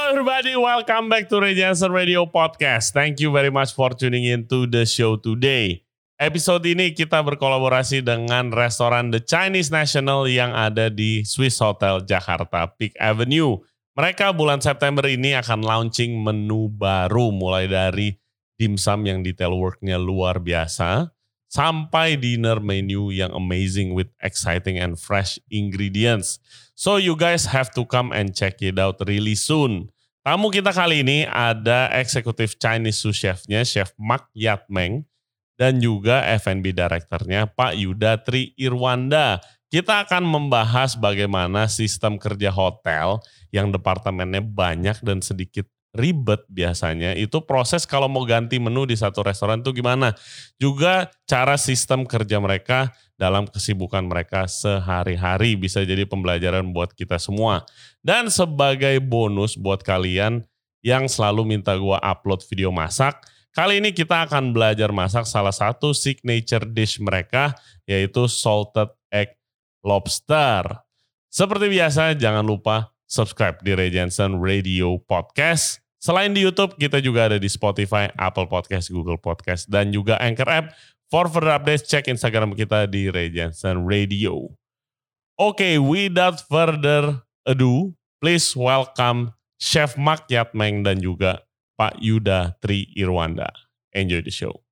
everybody, welcome back to Ray Jensen Radio Podcast. Thank you very much for tuning in to the show today. Episode ini kita berkolaborasi dengan restoran The Chinese National yang ada di Swiss Hotel Jakarta Peak Avenue. Mereka bulan September ini akan launching menu baru mulai dari dimsum yang detail worknya luar biasa sampai dinner menu yang amazing with exciting and fresh ingredients. So you guys have to come and check it out really soon. Tamu kita kali ini ada eksekutif Chinese sous chef-nya, Chef Mark Yatmeng, dan juga F&B Director-nya Pak Yuda Tri Irwanda. Kita akan membahas bagaimana sistem kerja hotel yang departemennya banyak dan sedikit ribet biasanya. Itu proses kalau mau ganti menu di satu restoran itu gimana. Juga cara sistem kerja mereka dalam kesibukan mereka sehari-hari. Bisa jadi pembelajaran buat kita semua. Dan sebagai bonus buat kalian yang selalu minta gua upload video masak, kali ini kita akan belajar masak salah satu signature dish mereka, yaitu salted egg lobster. Seperti biasa, jangan lupa subscribe di Ray Jensen Radio Podcast. Selain di YouTube, kita juga ada di Spotify, Apple Podcast, Google Podcast, dan juga Anchor App. For further updates, cek Instagram kita di Ray Jensen Radio. Okay, without further ado, please welcome Chef Mark Yatmeng dan juga Pak Yuda Tri Irwanda. Enjoy the show.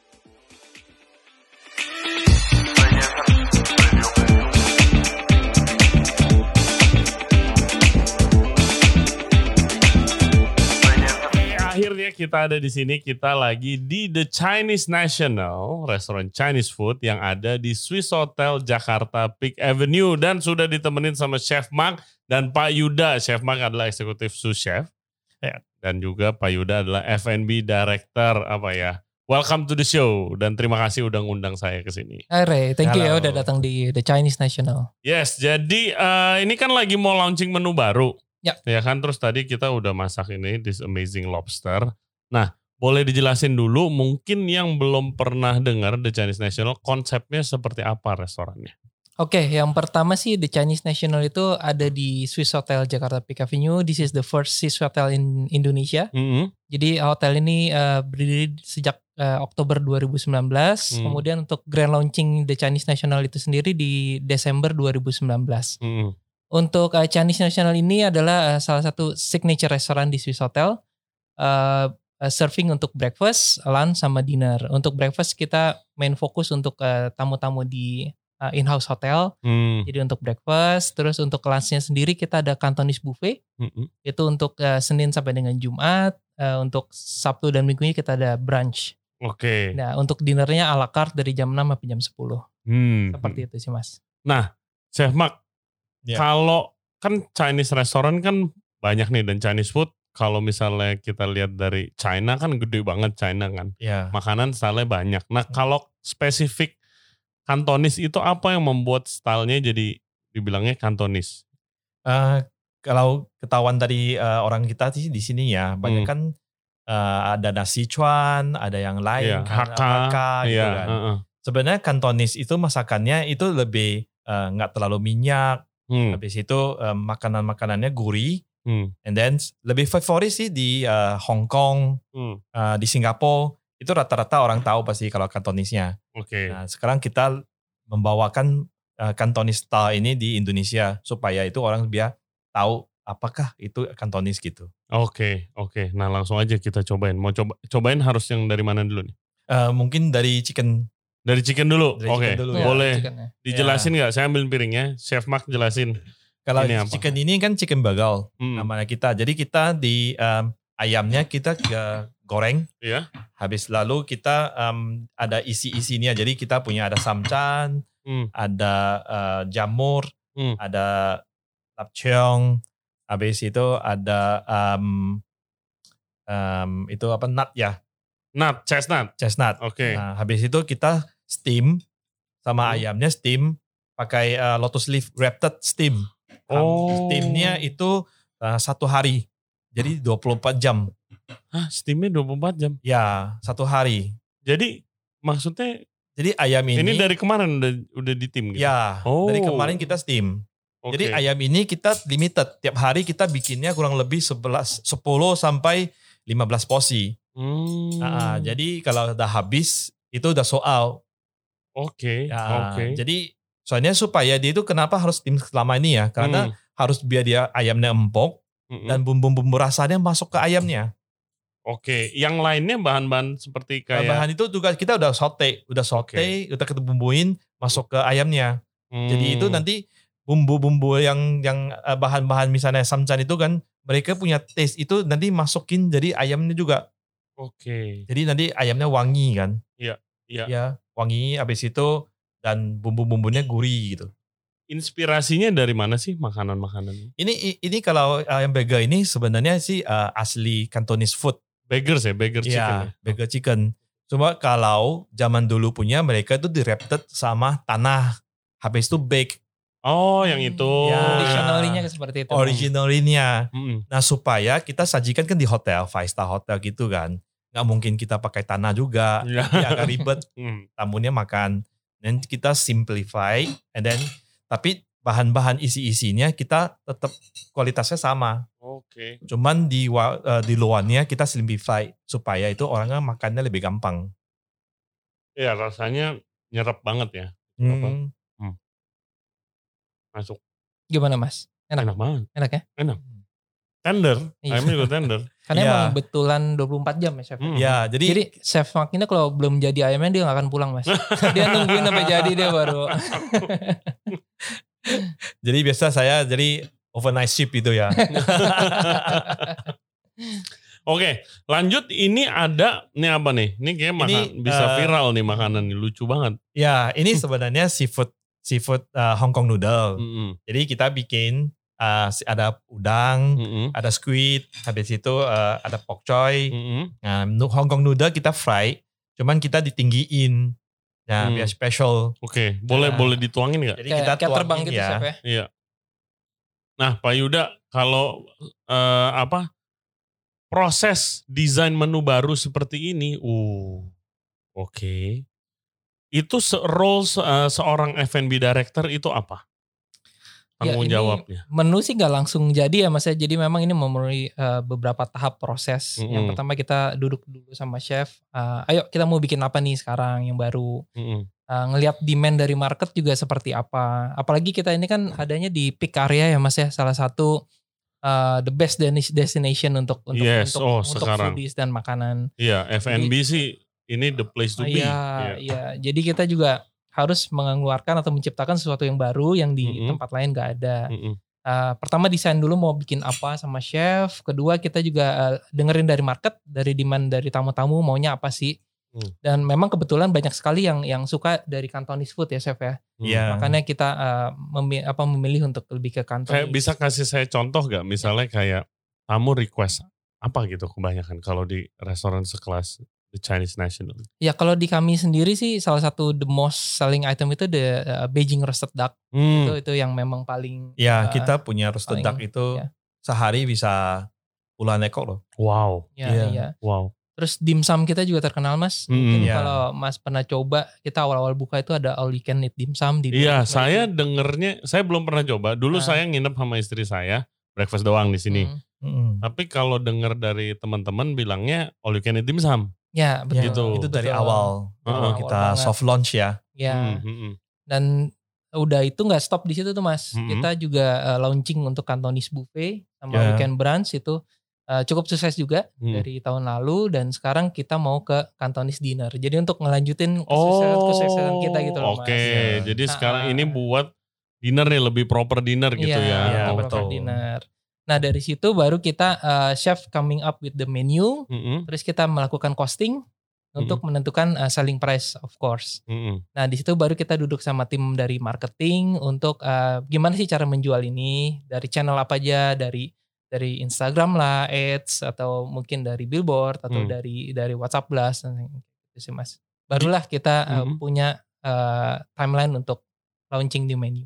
Akhirnya kita ada di sini, kita lagi di The Chinese National, restoran Chinese food yang ada di Swiss Hotel Jakarta Peak Avenue, dan sudah ditemenin sama Chef Mark dan Pak Yuda. Chef Mark adalah eksekutif sous chef, dan juga Pak Yuda adalah F&B Director. Welcome to the show, dan terima kasih udah ngundang saya ke sini. Hai Ray, thank you ya udah datang di The Chinese National. Yes, jadi ini kan lagi mau launching menu baru. Ya kan, terus tadi kita udah masak ini, this amazing lobster. Nah, boleh dijelasin dulu mungkin yang belum pernah dengar The Chinese National, konsepnya seperti apa restorannya? Oke, yang pertama sih The Chinese National itu ada di Swiss Hotel Jakarta Peak Avenue. This is the first Swiss hotel in Indonesia. Jadi hotel ini berdiri sejak Oktober 2019. Kemudian untuk grand launching The Chinese National itu sendiri di Desember 2019. Untuk Chinese National ini adalah salah satu signature restoran di Swiss Hotel. Serving untuk breakfast, lunch, sama dinner. Untuk breakfast kita main fokus untuk tamu-tamu di in-house hotel. Jadi untuk breakfast. Terus untuk lunchnya sendiri kita ada Cantonese buffet. Itu untuk Senin sampai dengan Jumat. Untuk Sabtu dan Minggunya kita ada brunch. Oke. Nah, untuk dinernya a la carte dari jam 6 sampai jam 10. Seperti itu sih, Mas. Nah, Chef Mark, kalau kan Chinese restoran kan banyak nih, dan Chinese food kalau misalnya kita lihat dari China kan gede banget China kan. Makanan style banyak. Nah, kalau spesifik Cantonese itu apa yang membuat stylenya jadi dibilangnya Cantonese? Kalau ketahuan dari orang kita sih di sini ya, banyak kan ada nasi Sichuan, ada yang lain, Hakka gitu kan. Sebenarnya Cantonese itu masakannya itu lebih nggak terlalu minyak. Habis itu makanan-makanannya gurih. And then lebih favorit sih di Hong Kong, di Singapura. Itu rata-rata orang tahu pasti kalau Cantonese-nya. Nah, sekarang kita membawakan Cantonese style ini di Indonesia supaya itu orang biar tahu apakah itu Cantonese gitu. Oke. Nah, langsung aja kita cobain. Mau cobain harus yang dari mana dulu nih? Mungkin dari chicken. Dari chicken dulu? Oke, boleh dijelasin nggak? Saya ambil piringnya, Chef Mark jelasin. Kalau chicken ini kan chicken bagal namanya kita. Jadi kita di ayamnya kita goreng. Habis lalu kita ada isi-isinya. Jadi kita punya ada samcan, ada jamur, ada lapcheong. Habis itu ada itu apa, nut ya? Nut, chestnut. Oke. Nah, habis itu kita steam sama ayamnya steam pakai lotus leaf wrapped steam. Steamnya itu 1 hari. Jadi 24 jam. Hah, steamnya 24 jam? Ya, 1 hari. Jadi maksudnya Jadi ayam ini dari kemarin udah di tim gitu? Ya, dari kemarin kita steam. Jadi ayam ini kita limited. Tiap hari kita bikinnya kurang lebih 10 sampai 15 porsi. Jadi kalau udah habis itu udah sold out. Jadi soalnya supaya dia itu kenapa harus tim selama ini ya? Karena harus biar dia ayamnya empuk dan bumbu-bumbu rasanya masuk ke ayamnya. Yang lainnya bahan-bahan seperti kayak bahan itu juga kita udah saute, udah kita bumbuin masuk ke ayamnya. Jadi itu nanti bumbu-bumbu yang bahan-bahan misalnya samcan itu kan mereka punya taste itu nanti masukin jadi ayamnya juga. Jadi nanti ayamnya wangi kan. Iya, wangi habis itu dan bumbu-bumbunya gurih gitu. Inspirasinya dari mana sih makanan-makanan? Ini kalau ayam burger ini sebenarnya sih asli Cantonese food. Burger chicken. Burger chicken. Cuma kalau zaman dulu punya mereka itu di-wrapped sama tanah. Habis itu bake. Yang itu. Originalnya seperti itu. Originalnya. Nah supaya kita sajikan kan di hotel, 5-star hotel gitu kan. Nggak mungkin kita pakai tanah juga. Jadi agak ribet. Tamunya makan. Dan kita simplify. And then tapi bahan-bahan isi-isinya kita tetap kualitasnya sama. Cuman di luarnya kita simplify supaya itu orangnya makannya lebih gampang. Iya, rasanya nyerap banget ya. Masuk. Gimana Mas? Enak banget. Enak ya? Enak. Tender. Ayamnya juga tender. Karena emang betulan 24 jam ya Chef. Jadi Chef Mark ini kalau belum jadi ayamnya dia gak akan pulang Mas. Dia nungguin sampai jadi dia baru. Jadi biasa saya jadi overnight shift itu ya. Oke, lanjut. Ini ada, ini apa nih? Ini kayak bisa viral nih makanan nih, lucu banget. Ya, ini sebenarnya seafood Hong Kong noodle. Jadi kita bikin ada udang, ada squid, habis itu ada pak choy. Nah, Hong Kong noodle kita fry, cuman kita ditinggiin. Ya, biar special. Boleh dituangin nggak? Jadi kita kayak terbang gitu ya. Chef ya. Iya. Nah, Pak Yuda, kalau proses desain menu baru seperti ini, itu role seorang F&B director itu apa? Tanggung jawabnya. Menu sih gak langsung jadi ya Mas ya. Jadi memang ini memenuhi beberapa tahap proses. Yang pertama kita duduk dulu sama chef. Ayo kita mau bikin apa nih sekarang yang baru. Ngelihat demand dari market juga seperti apa. Apalagi kita ini kan adanya di peak area ya Mas ya. Salah satu the best destination untuk foodies dan makanan. Iya, F&B sih ini the place to be. Iya. Jadi kita juga harus mengeluarkan atau menciptakan sesuatu yang baru yang di tempat lain gak ada. Pertama desain dulu mau bikin apa sama chef. Kedua kita juga dengerin dari market, dari demand dari tamu-tamu maunya apa sih. Dan memang kebetulan banyak sekali yang suka dari Cantonese food ya chef ya. Makanya kita memilih untuk lebih ke Cantonese. Bisa kasih saya contoh gak? Misalnya kayak tamu request apa gitu kebanyakan kalau di restoran sekelas The Chinese National. Ya kalau di kami sendiri sih salah satu the most selling item itu the Beijing roasted duck. Itu yang memang paling. Ya kita punya roasted duck itu sehari bisa puluhan ekor loh. Wow. Iya. Wow. Terus dimsum kita juga terkenal Mas. Mungkin kalau Mas pernah coba, kita awal-awal buka itu ada all you can eat dimsum di. Iya, saya dengernya, saya belum pernah coba. Dulu saya nginep sama istri saya, breakfast doang di sini. Tapi kalau denger dari teman-teman bilangnya all you can eat dimsum. Ya betul. Gitu. Itu dari awal kita awal soft launch ya. Ya. Dan udah itu nggak stop di situ tuh Mas. Kita juga launching untuk Cantonese buffet sama weekend brunch itu cukup sukses juga dari tahun lalu dan sekarang kita mau ke Cantonese dinner. Jadi untuk ngelanjutin kesuksesan kita gitu loh Mas. Jadi sekarang ini buat dinner nih, lebih proper dinner gitu ya. Iya, betul. Dinner. Nah dari situ baru kita chef coming up with the menu, terus kita melakukan costing untuk menentukan selling price of course. Nah di situ baru kita duduk sama tim dari marketing untuk gimana sih cara menjual ini, dari channel apa aja, dari Instagram lah, ads atau mungkin dari billboard atau dari WhatsApp Blast gitu sih Mas. Barulah kita punya timeline untuk launching di menu.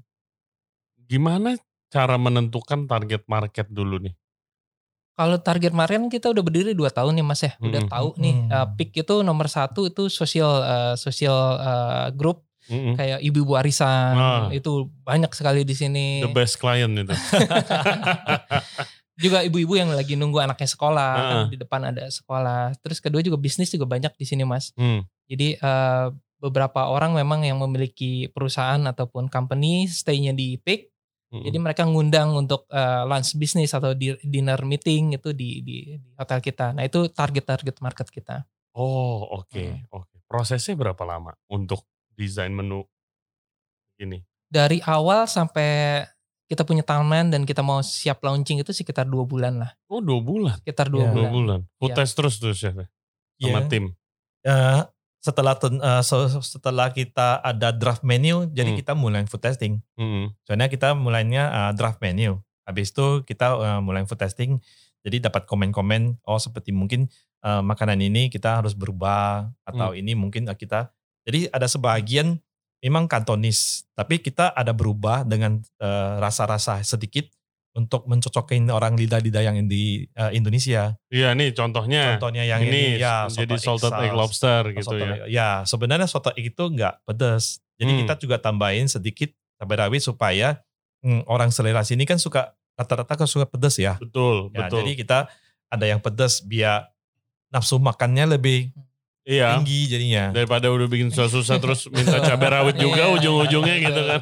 Gimana cara menentukan target market dulu nih? Kalau target market kita udah berdiri 2 tahun nih Mas ya. Udah tahu nih peak itu nomor 1 itu social group. kayak ibu-ibu arisan itu banyak sekali di sini. The best client itu. Juga ibu-ibu yang lagi nunggu anaknya sekolah, kan di depan ada sekolah. Terus kedua juga bisnis juga banyak di sini Mas. Jadi beberapa orang memang yang memiliki perusahaan ataupun company stay-nya di Peak. Jadi mereka ngundang untuk lunch bisnis atau dinner meeting itu di hotel kita. Nah itu target market kita. Oh oke. Prosesnya berapa lama untuk desain menu ini? Dari awal sampai kita punya timeline dan kita mau siap launching itu sekitar 2 bulan lah. Oh 2 bulan? Sekitar 2 bulan. 2 bulan. Food test terus tuh chef sama tim? Setelah kita ada draft menu, jadi kita mulai food testing. Soalnya kita mulainya draft menu. Habis itu kita mulai food testing. Jadi dapat komen-komen, seperti mungkin makanan ini kita harus berubah. Atau ini mungkin kita. Jadi ada sebagian memang Kantonis. Tapi kita ada berubah dengan rasa-rasa sedikit. Untuk mencocokin orang lidah-lidah yang di Indonesia. Iya nih contohnya yang ini ya jadi salted egg lobster gitu ya. Ya sebenarnya soto egg itu enggak pedas. Jadi kita juga tambahin sedikit cabai rawit supaya orang selera sini kan rata-rata suka pedas ya. Betul. Jadi kita ada yang pedas biar nafsu makannya lebih tinggi jadinya. Daripada udah bikin susah-susah terus minta cabai rawit juga ujung-ujungnya gitu kan.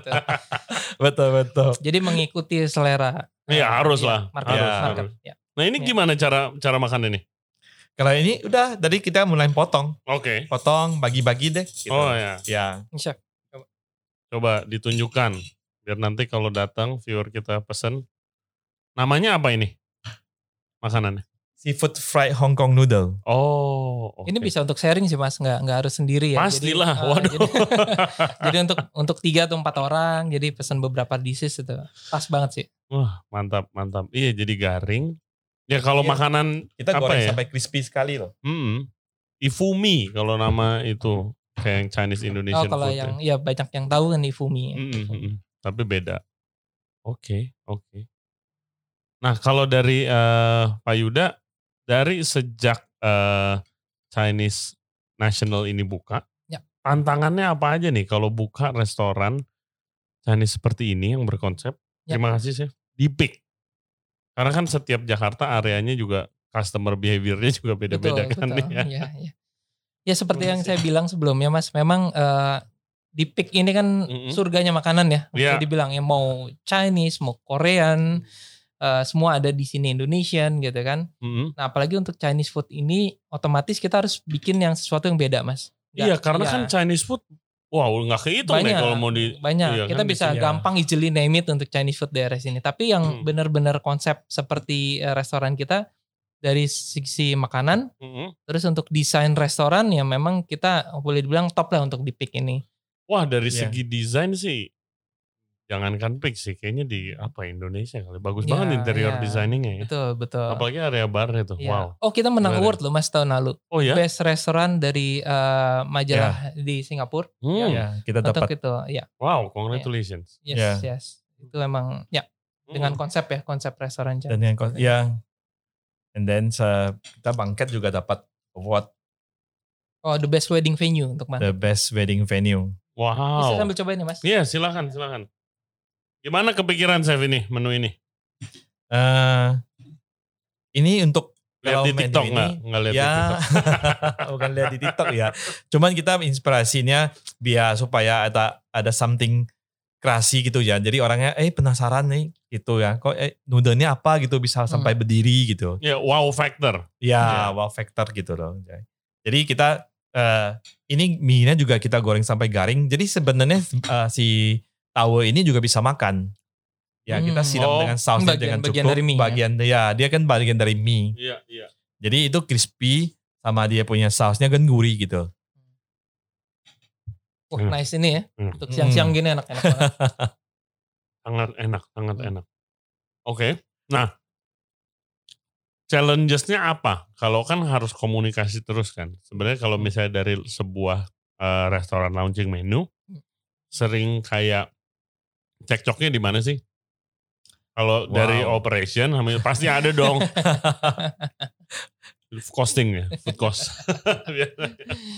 Betul. Jadi mengikuti selera. Iya harus lah. Market. Nah ini gimana cara makan ini? Kalau ini udah tadi kita mulai potong. Oke. Potong, bagi-bagi deh. Gitu. Oh ya. Chef. Coba ditunjukkan. Biar nanti kalau datang viewer kita pesen. Namanya apa ini? Makanannya? Seafood fried Hong Kong noodle. Oh, okay. Ini bisa untuk sharing sih Mas, nggak harus sendiri ya. Pastilah, waduh. Jadi untuk 3 atau 4 orang, jadi pesan beberapa dishes itu pas banget sih. Wah, mantap. Iya, jadi garing. Ya kalau makanan kita apa goreng ya? sampai crispy sekali loh. Ifumi kalau nama itu kayak yang Chinese Indonesian food. Kalau yang ya banyak yang tahu kan Ifumi. Tapi beda. Oke. Nah kalau dari Pak Yuda. Dari sejak Chinese National ini buka, tantangannya apa aja nih kalau buka restoran Chinese seperti ini yang berkonsep? Terima kasih Chef. Di Peak. Karena kan setiap Jakarta areanya juga customer behaviornya juga beda-beda kan. Iya. Ya seperti yang saya bilang sebelumnya Mas, memang di Peak ini kan surganya makanan ya. Bisa dibilang ya mau Chinese, mau Korean. Semua ada di sini Indonesian gitu kan. Nah apalagi untuk Chinese food ini otomatis kita harus bikin yang sesuatu yang beda Mas. Karena kan Chinese food, nggak kehitung deh kalau mau di. Banyak, kita kan bisa gampang easily name it untuk Chinese food daerah sini. Tapi yang benar-benar konsep seperti restoran kita dari sisi makanan, terus untuk desain restoran ya memang kita boleh dibilang top lah untuk di Peak ini. Wah dari segi desain sih. Jangankan Peak sih, kayaknya di Indonesia kali. Bagus banget interior designingnya ya. Betul. Apalagi area barnya tuh, wow. Oh kita menang award loh Mas tahun lalu. Oh ya? Best restoran dari majalah di Singapura. Kita dapat. Itu, Wow, congratulations. Yes. Itu emang dengan konsep restoran. Dan yang and then kita bangket juga dapat award. Oh the best wedding venue untuk mana? The best wedding venue. Wow. Bisa sambil cobain ya Mas? Iya silakan. Gimana kepikiran Chef ini, menu ini? Ini untuk lihat di TikTok nggak lihat di TikTok. Bukan lihat di TikTok ya. Cuman kita inspirasinya biar supaya ada something kreasi gitu ya. Jadi orangnya penasaran nih gitu ya. Kok noodle-nya apa gitu bisa sampai berdiri gitu. Ya wow factor. Wow factor gitu loh. Jadi kita ini mie-nya juga kita goreng sampai garing. Jadi sebenarnya si tower ini juga bisa makan. Ya kita siram dengan sausnya dengan cukup. Bagian dia kan bagian dari mie. Iya. Jadi itu crispy sama dia punya sausnya kan gurih gitu. Nice ini ya. Untuk siang-siang gini enak-enak banget. sangat enak. Oke. Nah, challenges-nya apa? Kalau kan harus komunikasi terus kan. Sebenarnya kalau misalnya dari sebuah restoran launching menu, sering kayak cekcoknya di mana sih? Kalau dari operation, pasti ada dong. Costing ya, food cost.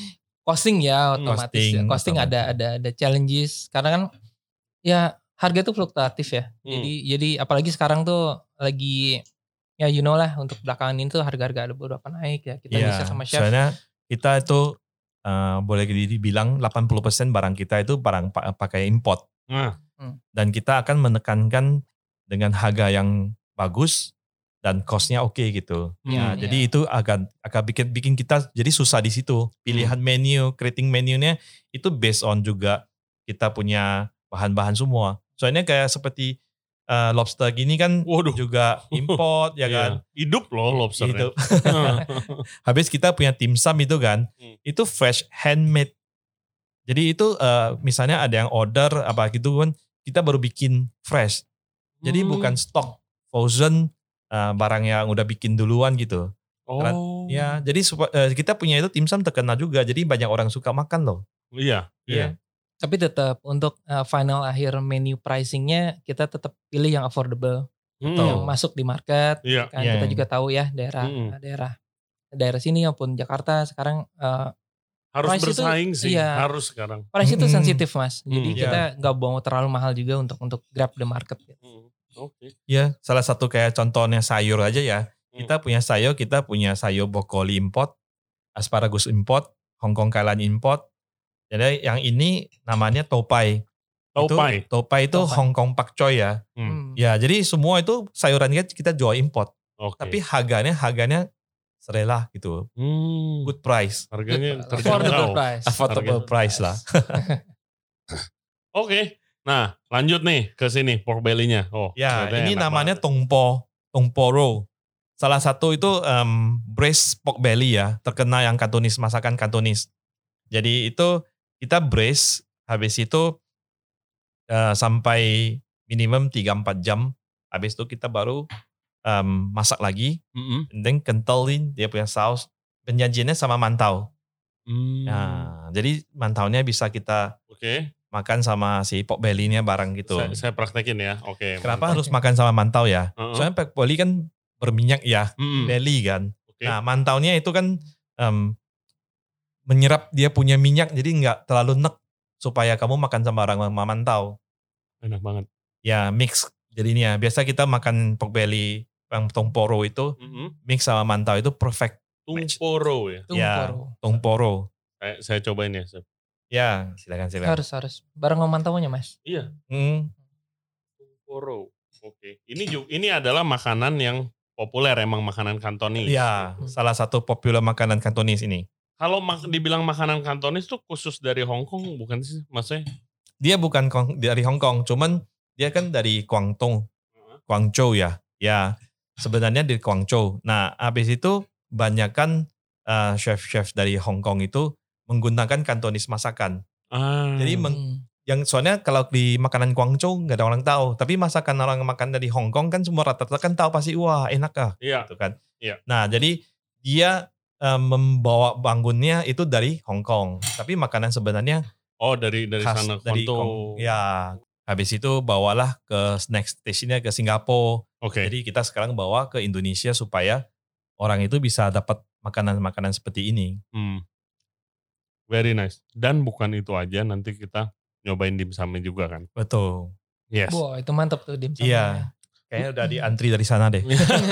costing ya otomatis. Costing ada challenges karena kan ya harga tuh fluktuatif ya. Jadi apalagi sekarang tuh lagi ya you know lah untuk belakangan ini tuh harga-harga ada beberapa naik ya. Kita bisa sama chef. Soalnya kita itu boleh dibilang 80% barang kita itu barang pakai import. Dan kita akan menekankan dengan harga yang bagus dan costnya oke gitu. Jadi itu agak bikin kita jadi susah di situ. Pilihan menu, creating menunya itu based on juga kita punya bahan-bahan semua. Soalnya kayak seperti lobster gini kan juga import ya kan. Hidup loh lobsternya. Habis kita punya dim sum itu kan, itu fresh handmade. Jadi itu misalnya ada yang order apa gitu kan, kita baru bikin fresh. Jadi bukan stok frozen barang yang udah bikin duluan gitu. Ya, jadi kita punya itu dim sum terkenal juga. Jadi banyak orang suka makan loh. Iya. Tapi tetap untuk final akhir menu pricingnya kita tetap pilih yang affordable, yang masuk di market. Kan kita juga tahu ya daerah sini maupun Jakarta sekarang harus bersaing sih. Harus sekarang. Price itu sensitif mas. Jadi kita nggak mau terlalu mahal juga untuk grab the market. Ya, salah satu kayak contohnya sayur aja ya. Kita punya sayur brokoli import, asparagus import, Hongkong kailan import. Jadi yang ini namanya topai. Topai itu Hongkong pak choy ya. Ya, jadi semua itu sayurannya kita jual import. Tapi harganya serela gitu. Good price. Harganya affordable price lah. Oke. Nah, lanjut nih ke sini pork belly-nya. Ini namanya tongporo. Salah satu itu braised pork belly ya, terkenal yang Kantonis, masakan Kantonis. Jadi itu kita braise, habis itu sampai minimum 3-4 jam. Habis itu kita baru masak lagi. Dan kentalin dia punya saus. Penyajiannya sama mantau. Nah, jadi mantaunya bisa kita makan sama si pork belly-nya bareng gitu. Saya praktekin ya. Kenapa harus makan sama mantau ya? Soalnya pork belly kan berminyak ya, belly kan. Nah, mantaunya itu kan menyerap dia punya minyak, jadi nggak terlalu nek supaya kamu makan sama mantau. Enak banget. Ya, mix jadinya. Biasa kita makan pork belly yang tongporo itu mix sama mantau itu perfect. Tongporo ya? Ya, tongporo. Saya cobain ya, Chef. Ya, silakan. Harus. Bareng sama mantaunya, Mas. Iya. Tongporo. Ini adalah makanan yang populer, emang makanan Kantonis. Iya, salah satu populer makanan Kantonis ini. Kalau dibilang makanan Kantonis tuh khusus dari Hong Kong, bukan sih maksudnya? Dia bukan dari Hong Kong, cuman dia kan dari Guangzhou ya. Ya, sebenarnya dari Guangzhou. Nah, habis itu banyak kan chef-chef dari Hong Kong itu menggunakan Kantonis masakan. Jadi yang soalnya kalau di makanan Guangzhou nggak ada orang tahu, tapi masakan orang makan dari Hong Kong kan semua rata-rata kan tahu pasti wah enak gitu kan. Nah, jadi dia membawa bangunnya itu dari Hong Kong, tapi makanan sebenarnya dari khas sana dari ya. Habis itu bawalah ke next stationnya ke Singapura. Jadi kita sekarang bawa ke Indonesia supaya orang itu bisa dapat makanan-makanan seperti ini. Very nice. Dan bukan itu aja, nanti kita nyobain dimsumnya juga kan. Betul. Yes. Wah, itu mantap tuh dimsumnya. Iya. Kayaknya udah diantri dari sana deh.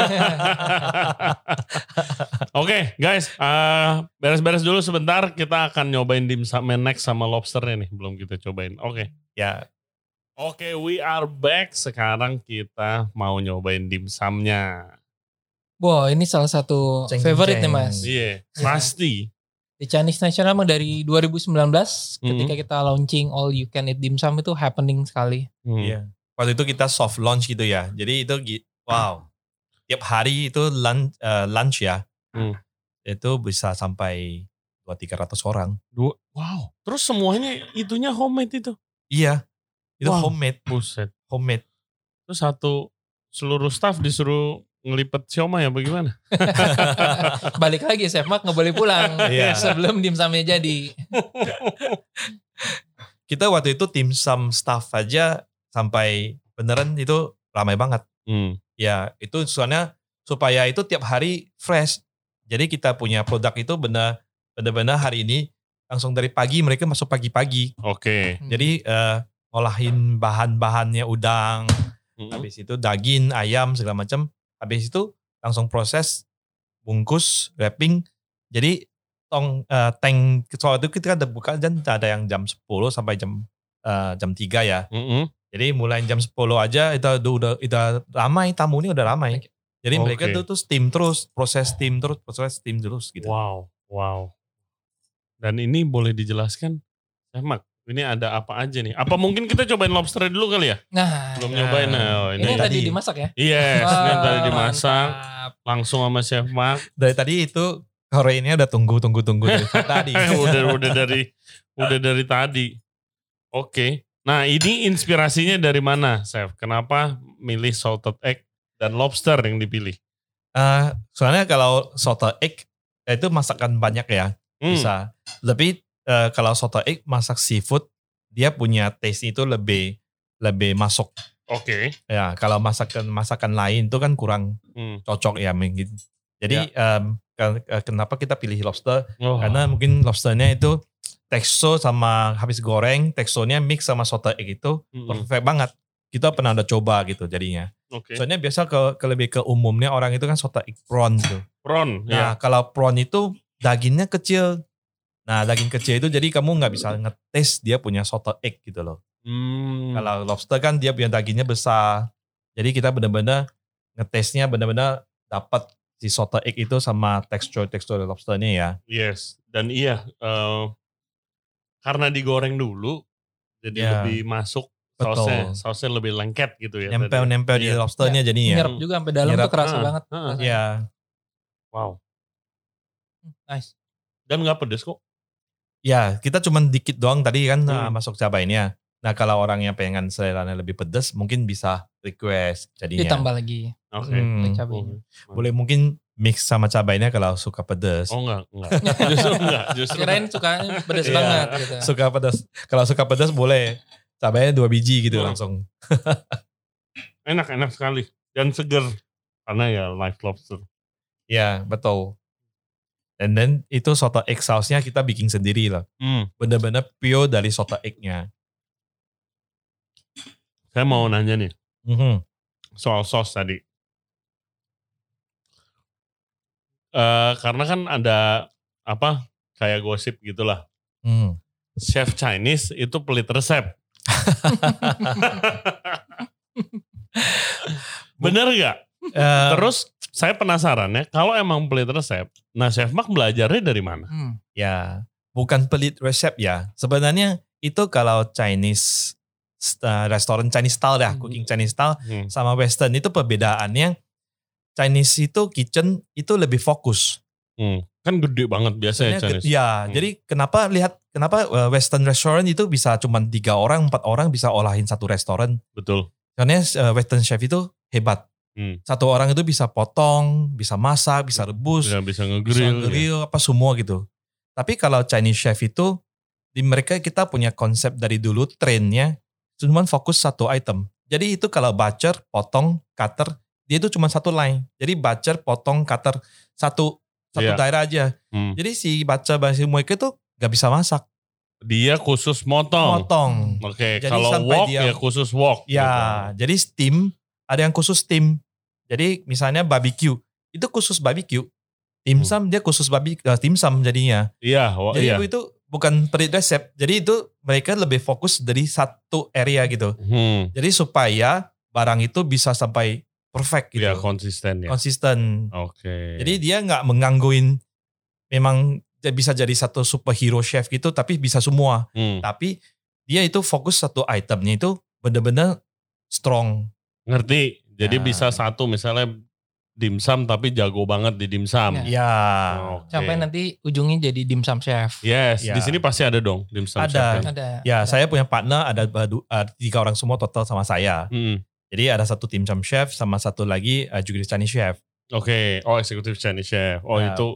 Oke, guys, beres-beres dulu sebentar. Kita akan nyobain dimsumnya next sama lobsternya nih, belum kita cobain. Ya. Oke, we are back. Sekarang kita mau nyobain dimsumnya. Wah, ini salah satu favorite nih Mas. Iya, pasti. The Chinese National emang dari 2019 ketika kita launching all you can eat dimsum itu happening sekali. Iya. Waktu itu kita soft launch gitu ya. Jadi itu wow. Tiap hari itu lunch ya. Itu bisa sampai 200-300 orang. Wow. Terus semuanya itunya homemade itu? Iya. Itu homemade. Buset. Homemade. Terus seluruh staff disuruh ngelipet siomay ya bagaimana? Balik lagi Chef Mark nggak boleh pulang sebelum dimsumnya jadi. Kita waktu itu dimsum staff aja sampai beneran itu ramai banget. Ya itu soalnya supaya itu tiap hari fresh. Jadi kita punya produk itu benar-benar hari ini langsung dari pagi mereka masuk pagi-pagi. Oke. Jadi ngolahin bahan-bahannya udang, habis itu daging, ayam segala macam. Habis itu langsung proses, bungkus, wrapping. Jadi tank soal itu kita ada buka dan ada yang jam 10 sampai jam 3 ya. Jadi mulai jam 10 aja itu udah ramai, tamu ini udah ramai. Jadi mereka tuh steam terus, proses steam terus gitu. Wow. Dan ini boleh dijelaskan, Mak, ini ada apa aja nih? Apa mungkin kita cobain lobster dulu kali ya? Nah, belum nyobain. Ini tadi dimasak ya? Yes, ini tadi dimasak. Mantap. Langsung sama Chef Mak. Dari tadi itu Koreanya udah tunggu dari tadi. udah dari tadi. Oke. Nah, ini inspirasinya dari mana, Chef? Kenapa milih salted egg dan lobster yang dipilih? Soalnya kalau salted egg itu masakan banyak ya. Bisa. Tapi kalau salted egg masak seafood, dia punya taste itu lebih masuk. Oke. Ya, kalau masakan lain itu kan kurang cocok ya mungkin. Jadi kenapa kita pilih lobster? Karena mungkin lobsternya itu tekstur sama habis goreng, teksturnya mix sama salted egg itu perfect banget. Kita pernah udah coba gitu jadinya. Soalnya biasa lebih ke umumnya orang itu kan salted egg prawn gitu. Prawn. Nah, kalau prawn itu dagingnya kecil. Nah, daging kecil itu jadi kamu nggak bisa ngetes dia punya salted egg gitu loh. Kalau lobster kan dia punya dagingnya besar. Jadi kita benar-benar ngetesnya benar-benar dapat si salted egg itu sama tekstur lobsternya ya. Yes. Dan karena digoreng dulu jadi lebih masuk sausnya lebih lengket gitu ya. Nempel di lobsternya jadinya. Nyerap juga sampai dalam tuh kerasa banget. Iya. Wow. Nice. Dan gak pedes kok. Ya, kita cuma dikit doang tadi kan masuk cabainya. Nah, kalau orang yang pengen seleranya lebih pedes, mungkin bisa request jadinya. Ditambah lagi. Oke. Boleh mungkin mix sama cabainya kalau suka pedes. Oh enggak. Justru kirain suka pedes banget gitu. Suka pedes. Kalau suka pedes boleh. Cabainya 2 biji gitu langsung. Enak sekali. Dan seger. Karena ya live lobster. Ya, betul. And then itu salted egg sausnya kita bikin sendiri lah. Benar-benar pure dari salted egg-nya. Saya mau nanya nih. Soal saus tadi. Karena kan ada kayak gosip gitulah. Chef Chinese itu pelit resep. Bener gak? Terus saya penasaran ya, kalau emang pelit resep, nah Chef Mak belajarnya dari mana? Ya, bukan pelit resep ya. Sebenarnya itu kalau Chinese restoran Chinese style dah, cooking Chinese style sama Western itu perbedaannya. Chinese itu kitchen itu lebih fokus. Kan gede banget biasanya Chinese. Jadi kenapa Western restaurant itu bisa cuma 3 orang, 4 orang bisa olahin satu restoran. Betul. Karena Western chef itu hebat. Satu orang itu bisa potong, bisa masak, bisa rebus, bisa ngegrill, apa semua gitu. Tapi kalau Chinese chef itu di mereka kita punya konsep dari dulu trennya cuma fokus satu item. Jadi itu kalau butcher, potong, cutter, dia itu cuma satu line. Jadi butcher, potong, cutter satu daerah aja. Jadi si butcher mereka itu gak bisa masak. Dia khusus motong. Oke, kalau wok ya khusus wok. Ya, gitu. Jadi steam, ada yang khusus steam. Jadi misalnya barbecue, itu khusus barbecue. Dimsum dia khusus dimsum jadinya. Iya. Jadi itu bukan pelit resep. Jadi itu mereka lebih fokus dari satu area gitu. Jadi supaya barang itu bisa sampai perfect gitu. Iya, konsisten ya. Konsisten. Oke. Jadi dia nggak menggangguin, memang bisa jadi satu superhero chef gitu, tapi bisa semua. Tapi dia itu fokus satu itemnya itu benar-benar strong. Ngerti. Jadi bisa satu misalnya dimsum tapi jago banget di dimsum. Ya. Sampai nanti ujungnya jadi dimsum chef. Yes. Di sini pasti ada dong dimsum chef. Ada. Ya, saya punya partner ada 3 orang semua total sama saya. Jadi ada satu dimsum chef sama satu lagi juga Chinese chef. Oke. Eksekutif Chinese chef. Itu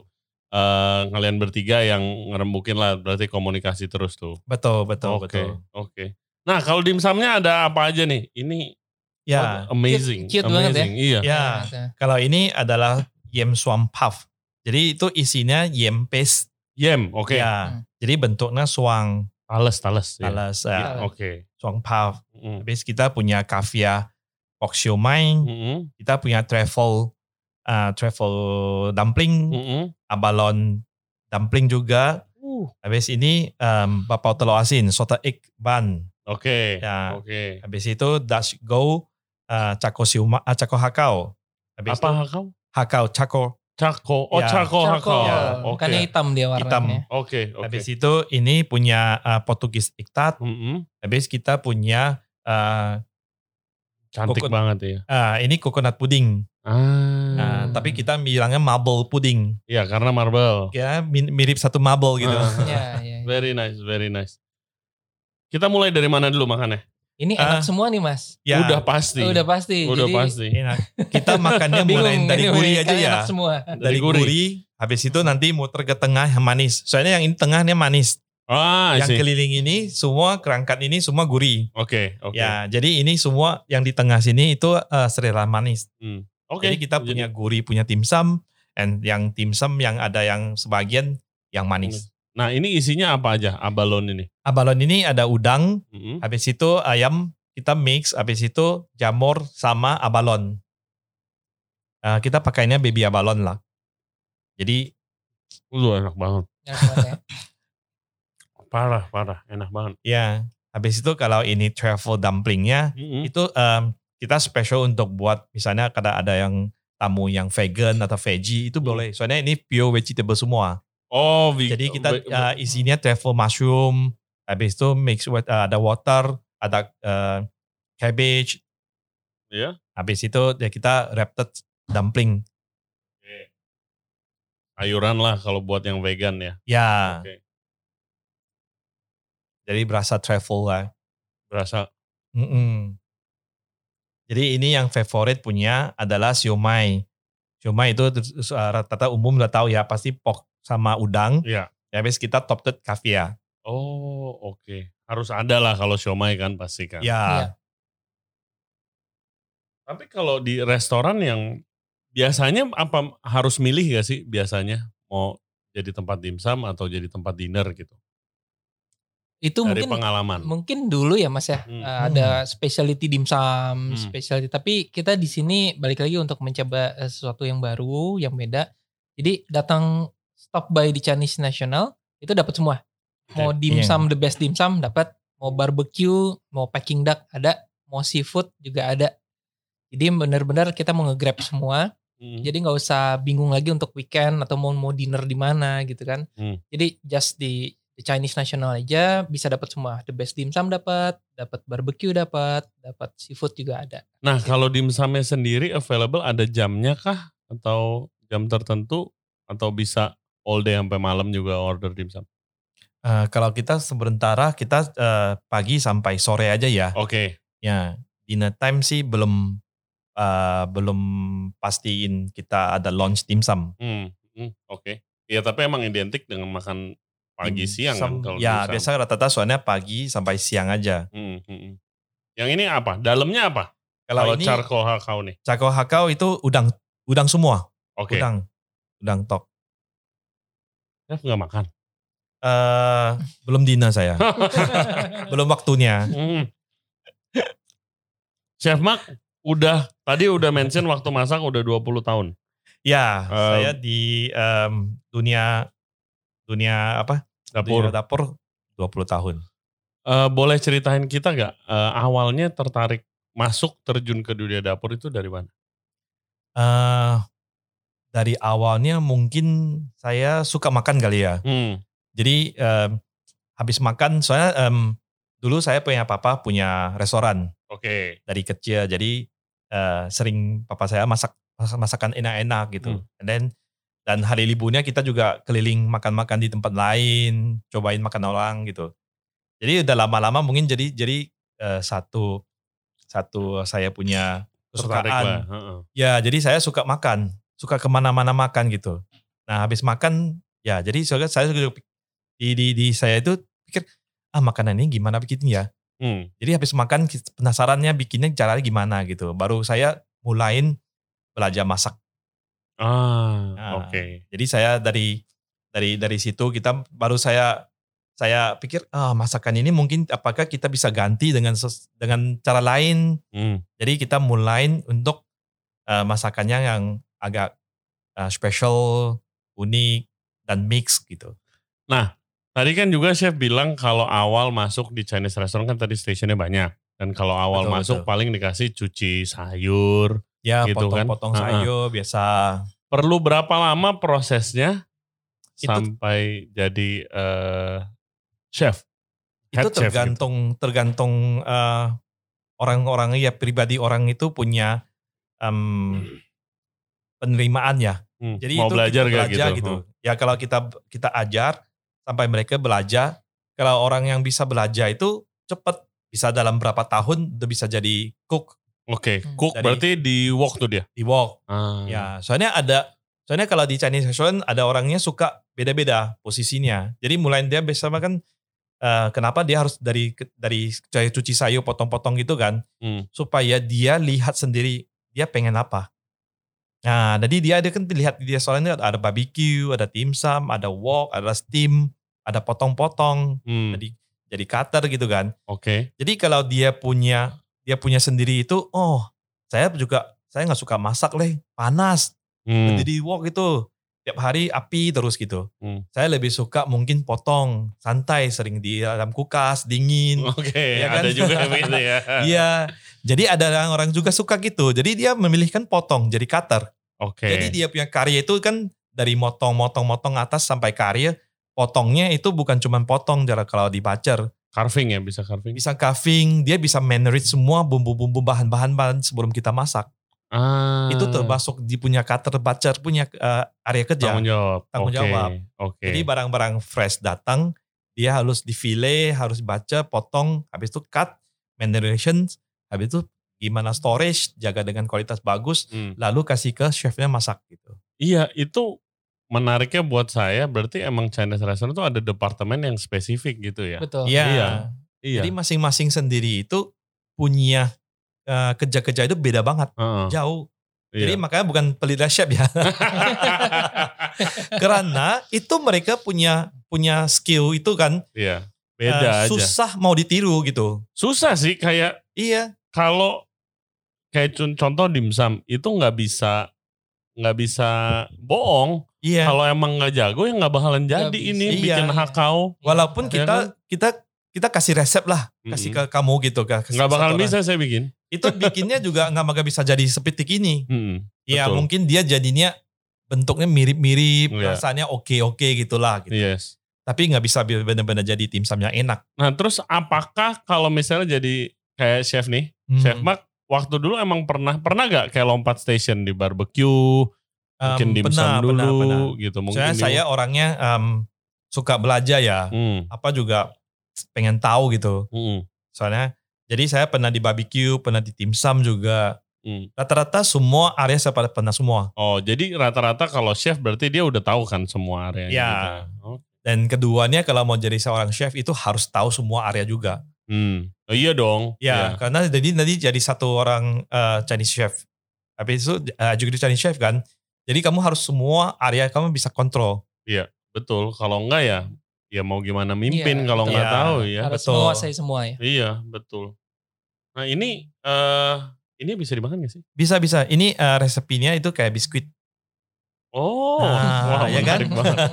kalian bertiga yang ngerembukin lah, berarti komunikasi terus tuh. Betul. Oke. Nah, kalau dimsumnya ada apa aja nih? Ini amazing. Cute banget ya. Iya. Kalau ini adalah yam swam puff. Jadi itu isinya yam paste. Yam, oke. Ya. Jadi bentuknya suang. Talas. Oke. Suang pau. Habis kita punya caviar pork siomay. Kita punya truffle dumpling. Abalone dumpling juga. Habis ini bapau telur asin, salted egg bun. Oke. Ya. Habis itu Dutch Go Cako hakau. Habis apa hakau? Hakau, Cako. Hakau. Ya. Bukannya hitam dia warnanya. Oke. Habis itu ini punya Portugis egg-tart. Habis kita punya cantik banget ya. Ini coconut pudding. Tapi kita bilangnya marble pudding. Ya, karena marble. Ya, mirip satu marble gitu. Very nice. Kita mulai dari mana dulu makannya? Ini enak semua nih Mas. Ya, udah pasti. Enak. Kita makannya mulai dari gurih aja ya. Enak semua. Dari gurih. Habis itu nanti muter ke tengah yang manis. Soalnya yang ini tengahnya manis. Yang keliling ini semua kerangkat ini semua gurih. Oke. Ya, jadi ini semua yang di tengah sini itu selera manis. Jadi kita punya gurih, punya dimsum, dan yang dimsum yang ada yang sebagian yang manis. Nah ini isinya apa aja abalone ini? Abalone ini ada udang, habis itu ayam kita mix, habis itu jamur sama abalone. Kita pakainya baby abalone lah. Jadi enak banget. Parah, enak banget. Ya, habis itu kalau ini truffle dumplingnya itu kita special untuk buat misalnya kada ada yang tamu yang vegan atau veggie itu boleh. Soalnya ini pure vegetable semua. Jadi kita isinya truffle mushroom, habis itu mix with ada water, ada cabbage. Iya. Habis itu ya kita wrapped dumpling. Sayuran lah kalau buat yang vegan ya. Ya. Jadi berasa truffle lah. Berasa. Jadi ini yang favorit punya adalah siomay. Siomay itu rata-rata umum udah tahu ya, pasti pork sama udang. Iya. Habis kita topped caviar. Oke. Harus ada lah kalau siomay kan pasti kan. Ya. Tapi kalau di restoran yang biasanya apa harus milih gak sih biasanya mau jadi tempat dimsum atau jadi tempat dinner gitu? Itu dari pengalaman. Mungkin dulu ya Mas ya, ada specialty dimsum, specialty. Tapi kita di sini balik lagi untuk mencoba sesuatu yang baru, yang beda. Jadi datang stop by di Chinese National itu dapat semua. Mau dimsum, the best dimsum dapat, mau barbecue, mau packing duck ada, mau seafood juga ada. Jadi benar-benar kita mau nge-grab semua. Jadi nggak usah bingung lagi untuk weekend atau mau dinner di mana gitu kan. Jadi just di Chinese National aja bisa dapat semua. The best dimsum dapat barbecue dapat seafood juga ada. Nah, kalau dimsumnya sendiri available ada jamnya kah atau jam tertentu atau bisa all day sampai malam juga order dimsum? Kalau kita sementara kita pagi sampai sore aja ya. Oke. Ya, dinner time sih belum pastiin kita ada launch dimsum. Oke. Ya tapi emang identik dengan makan pagi siang kan kalau ya dimsum. Biasa rata-rata soalnya pagi sampai siang aja. Yang ini apa? Dalamnya apa? Kalau ini charcoal hakau nih. Charcoal hakau itu udang semua. Oke. Udang tok. Chef nggak makan? Belum dinner saya. Belum waktunya. Chef Mark tadi udah mention waktu masak udah 20 tahun. Ya, saya di dunia apa? Dapur 20 tahun. Boleh ceritain kita gak awalnya tertarik masuk terjun ke dunia dapur itu dari mana? Dari awalnya mungkin saya suka makan kali ya. Jadi habis makan soalnya dulu saya punya papa punya restoran. Oke. Dari kecil jadi sering papa saya masakan enak-enak gitu. Dan hari liburnya kita juga keliling makan-makan di tempat lain, cobain makan orang gitu. Jadi udah lama-lama mungkin jadi satu saya punya kesukaan. Ya jadi saya suka makan, suka kemana-mana makan gitu. Nah habis makan ya jadi saya di saya itu pikir makanan ini gimana bikin ya. Jadi habis makan penasarannya bikinnya caranya gimana gitu. Baru saya mulain belajar masak. Oke. Jadi saya dari situ kita baru saya saya pikir masakan ini mungkin apakah kita bisa ganti dengan cara lain. Jadi kita mulai untuk masakannya yang agak special, unik dan mix gitu. Nah, tadi kan juga chef bilang kalau awal masuk di Chinese restaurant kan tadi stationnya banyak. Dan kalau awal masuk paling dikasih cuci sayur. Ya, gitu potong-potong sayur biasa. Perlu berapa lama prosesnya sampai jadi chef? Itu tergantung orang-orang ya, pribadi orang itu punya penerimaan ya. Jadi mau itu belajar gitu. Ya kalau kita ajar sampai mereka belajar. Kalau orang yang bisa belajar itu cepat, bisa dalam berapa tahun udah bisa jadi cook. Oke, cook berarti di wok tuh dia? Di wok. Ya, soalnya kalau di Chinese restaurant ada orangnya suka beda-beda posisinya. Jadi mulai dia biasa makan, kenapa dia harus dari cuci sayur potong-potong gitu kan, supaya dia lihat sendiri dia pengen apa. Nah, jadi dia kan lihat di restorannya ada barbecue, ada dim sum, ada wok, ada steam, ada potong-potong, jadi cutter gitu kan. Oke. Jadi kalau dia punya sendiri itu, saya nggak suka masak panas. Jadi wok itu tiap hari api terus gitu. Saya lebih suka mungkin potong, santai, sering di dalam kulkas, dingin. Oke, ya kan? Ada juga begitu ya. Iya, jadi ada orang juga suka gitu. Jadi dia memilihkan potong, jadi cutter. Oke. Jadi dia punya karya itu kan dari motong atas sampai karya, potongnya itu bukan cuma potong, kalau di butcher. Carving ya, bisa carving? Bisa carving, dia bisa manage semua bumbu-bumbu bahan-bahan sebelum kita masak. Itu termasuk di punya cutter butcher punya area kerja. Tanggung jawab. Okay. Jadi barang-barang fresh datang, dia harus di-fillet, harus baca, potong, habis itu cut, manipulation, habis itu gimana storage, jaga dengan kualitas bagus, lalu kasih ke chefnya masak gitu. Iya, itu menariknya buat saya, berarti emang Chinese restaurant itu ada departemen yang spesifik gitu ya? Betul. Iya. Jadi masing-masing sendiri itu punya kerja-kerja itu beda banget, jauh. Jadi makanya bukan pelita chef ya. Karena itu mereka punya skill itu kan. Iya. Beda aja. Susah mau ditiru gitu. Susah sih kayak. Iya. Kalau kayak contoh dimsum itu nggak bisa bohong. Iya. Kalau emang nggak jago ya nggak bakalan jadi bikin hakau. Walaupun kita kasih resep lah, kasih ke kamu gitu. Nggak bakal bisa saya bikin. Itu bikinnya juga nggak bakal bisa jadi seperti ini. Ya mungkin dia jadinya bentuknya mirip-mirip, rasanya oke gitulah. Gitu. Yes. Tapi nggak bisa benar-benar jadi dimsum yang enak. Nah terus apakah kalau misalnya jadi kayak chef nih, Chef Mark, waktu dulu emang pernah gak kayak lompat station di barbecue, mungkin dimsum dulu gitu. Mungkin saya orangnya suka belajar ya, apa juga pengen tahu gitu. Soalnya jadi saya pernah di barbecue, pernah di dimsum juga. Rata-rata semua area saya pernah semua. Oh jadi rata-rata kalau chef berarti dia udah tahu kan semua area. Ya. Gitu. Dan keduanya kalau mau jadi seorang chef itu harus tahu semua area juga. Oh iya dong. Ya, karena nanti jadi satu orang Chinese chef. Tapi itu juga Chinese chef kan. Jadi kamu harus semua area kamu bisa kontrol. Iya, betul. Kalau enggak ya mau gimana mimpin kalau enggak tahu ya. Harus menguasai semua ya. Iya, betul. Nah ini bisa dimakan gak sih? Bisa. Ini resepnya itu kayak biskuit. Oh, wah ya kan?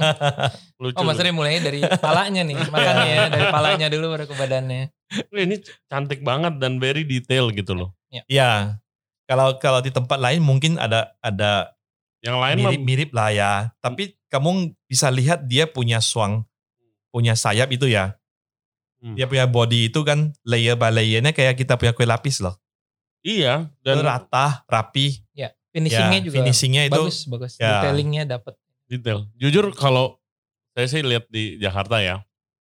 Lucu. Mas Ray mulainya dari palanya nih, makannya ya. Dari palanya dulu baru ke badannya. Ini cantik banget dan very detail gitu loh. Iya. Kalau di tempat lain mungkin ada yang lain mirip lah ya. Tapi kamu bisa lihat dia punya sayap itu ya. Dia punya body itu kan layer by layernya kayak kita punya kue lapis loh. Iya. Dan rata, rapi. Ya. Finishingnya juga itu bagus. Detailingnya dapat. Detail. Jujur kalau saya sih lihat di Jakarta ya,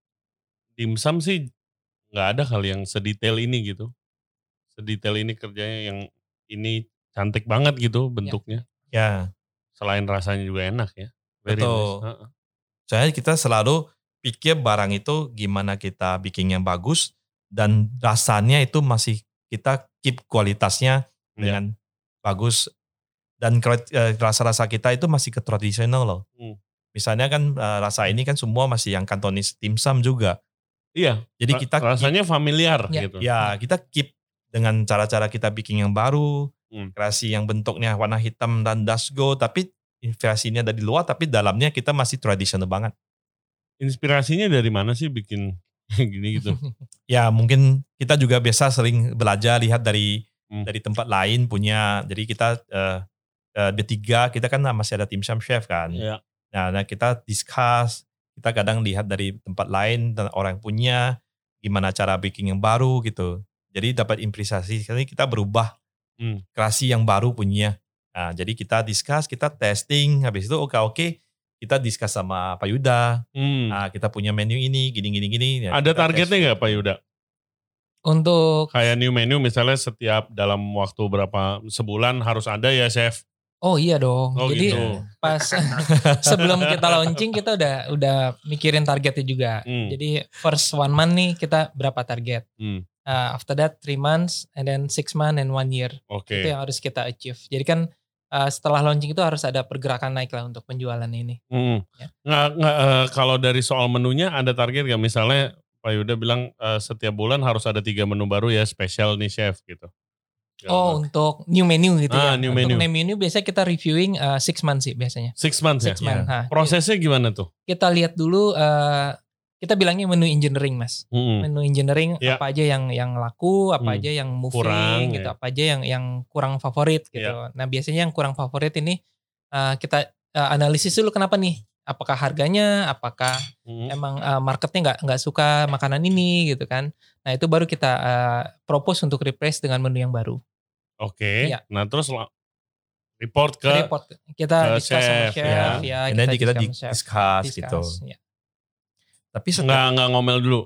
dimsum sih nggak ada kali yang sedetail ini gitu. Sedetail ini kerjanya yang ini cantik banget gitu bentuknya. Ya. Selain rasanya juga enak ya. Betul. Nice. Soalnya kita selalu pikir barang itu gimana kita bikin yang bagus dan rasanya itu masih kita keep kualitasnya dengan bagus. Dan rasa-rasa kita itu masih ke tradisional loh. misalnya kan rasa ini kan semua masih yang Cantonese dim sum juga. Iya. Jadi kita rasanya familiar gitu. Ya, kita keep dengan cara-cara kita bikin yang baru, kreasi yang bentuknya warna hitam dan dasgo, tapi kreasinya dari luar, tapi dalamnya kita masih tradisional banget. Inspirasinya dari mana sih bikin gini gitu? Ya mungkin kita juga biasa sering belajar lihat dari tempat lain punya. Jadi kita bertiga kita kan masih ada tim Sam Chef kan. Yeah. Nah kita discuss, kita kadang lihat dari tempat lain dan orang punya gimana cara bikin yang baru gitu. Jadi dapat improvisasi, kita berubah kreasi yang baru punya. Nah jadi kita discuss, kita testing, habis itu oke. Kita discuss sama Pak Yuda, nah, kita punya menu ini, gini. Ya, ada targetnya nggak Pak Yuda? Untuk kayak new menu misalnya setiap dalam waktu berapa sebulan harus ada ya chef? Oh iya dong. Oh, jadi gitu. pas sebelum kita launching kita udah mikirin targetnya juga. Jadi first 1 month nih kita berapa target. After that 3 months and then 6 months and 1 year. Okay. Itu yang harus kita achieve. Jadi kan setelah launching itu harus ada pergerakan naik lah untuk penjualan ini. Ya. Kalau dari soal menunya ada target gak? Misalnya Pak Yuda bilang setiap bulan harus ada 3 menu baru ya spesial nih chef gitu. Untuk new menu gitu ya. New untuk menu. new menu biasanya kita reviewing 6 months sih biasanya. 6 months 6 months. Ya. Prosesnya gimana tuh? Kita lihat dulu kita bilangnya menu engineering mas. Menu engineering apa aja yang laku, apa aja yang moving kurang, gitu, apa aja yang kurang favorit gitu. Nah biasanya yang kurang favorit ini kita analisis dulu kenapa nih. Apakah harganya, apakah emang marketnya nggak suka makanan ini gitu kan. Nah itu baru kita propose untuk replace dengan menu yang baru. Oke. Nah terus report kita discuss sama chef ya. Kita discuss gitu. Ya. Tapi nggak ngomel dulu.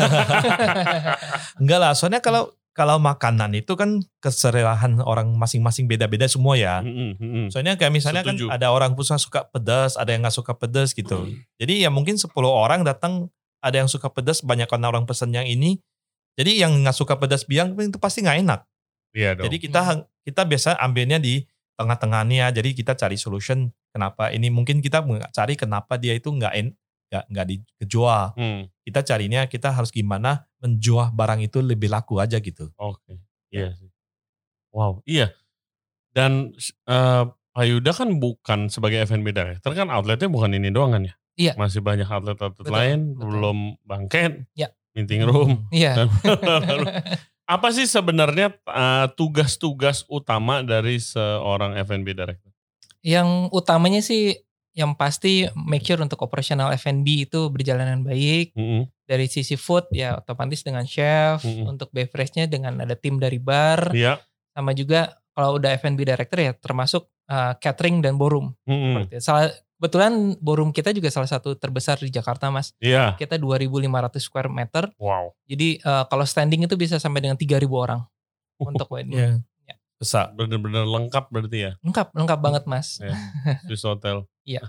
Enggak lah, soalnya kalau makanan itu kan keselerahan orang masing-masing beda-beda semua ya. Soalnya kayak misalnya kan ada orang suka pedas, ada yang nggak suka pedas gitu. Jadi ya mungkin 10 orang datang, ada yang suka pedas, banyak orang pesan yang ini. Jadi yang nggak suka pedas biang itu pasti nggak enak. Iya dong. Jadi kita biasa ambilnya di tengah-tengahnya. Jadi kita cari solution kenapa ini, mungkin kita cari kenapa dia itu nggak dijual. Kita carinya kita harus gimana menjual barang itu lebih laku aja gitu. Oke. Iya sih. Wow, iya. Dan Pak Yuda kan bukan sebagai F&B director kan outletnya bukan ini doang kan ya? Iya. Masih banyak outlet lain, belum bangket, meeting room. Iya. Apa sih sebenarnya tugas-tugas utama dari seorang F&B director? Yang utamanya sih yang pasti make sure untuk operasional F&B itu berjalan dengan baik. Dari sisi food ya otomatis dengan chef, untuk beverage-nya dengan ada tim dari bar. Sama juga kalau udah F&B director ya termasuk catering dan ballroom. Kebetulan ballroom kita juga salah satu terbesar di Jakarta mas. Kita 2.500 square meter. Wow. Jadi kalau standing itu bisa sampai dengan 3.000 orang untuk wedding. Besar, bener-bener lengkap berarti ya? Lengkap banget mas. Swiss Hotel. Iya.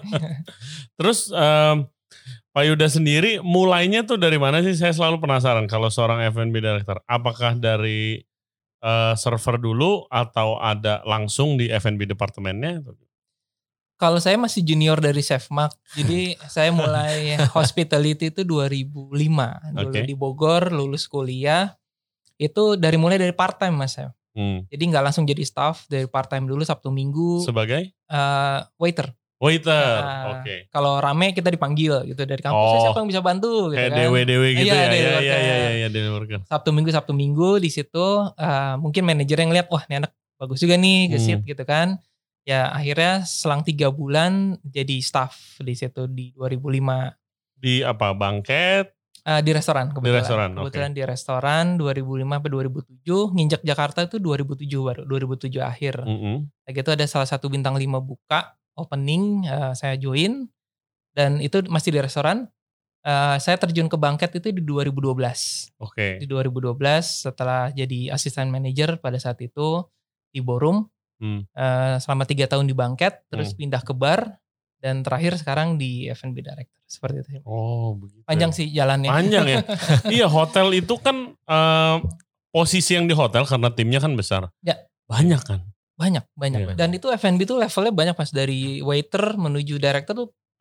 Terus Pak Yuda sendiri mulainya tuh dari mana sih? Saya selalu penasaran kalau seorang F&B director. Apakah dari server dulu atau ada langsung di F&B departemennya? Kalau saya masih junior dari Chef Mark. Jadi saya mulai hospitality itu 2005. Dulu di Bogor, lulus kuliah. Itu mulai dari part time mas ya. Jadi nggak langsung jadi staff, dari part time dulu Sabtu Minggu. Sebagai? Waiter. Oke. Kalau rame kita dipanggil gitu dari kampus, siapa yang bisa bantu gitu kayak kan. DW gitu Iya, DW worker. Sabtu Minggu di situ mungkin manajer yang lihat wah ini anak bagus juga nih, gesit gitu kan. Ya akhirnya selang 3 bulan jadi staff di situ di 2005. Di apa? Bangket? Di restoran kebetulan. Kebetulan di restoran 2005 sampai 2007, nginjak Jakarta itu 2007 baru, 2007 akhir. Lagi itu ada salah satu bintang 5 buka, opening, saya join dan itu masih di restoran. Saya terjun ke bangket itu di 2012. Di 2012 setelah jadi asisten manajer pada saat itu di ballroom. Selama 3 tahun di bangket, terus pindah ke bar. Dan terakhir sekarang di F&B director seperti itu. Oh begitu. Panjang sih jalannya. Panjang ya. Iya hotel itu kan posisi yang di hotel karena timnya kan besar. Ya. Banyak kan. Banyak. Dan itu F&B tuh levelnya banyak mas, dari waiter menuju director tuh.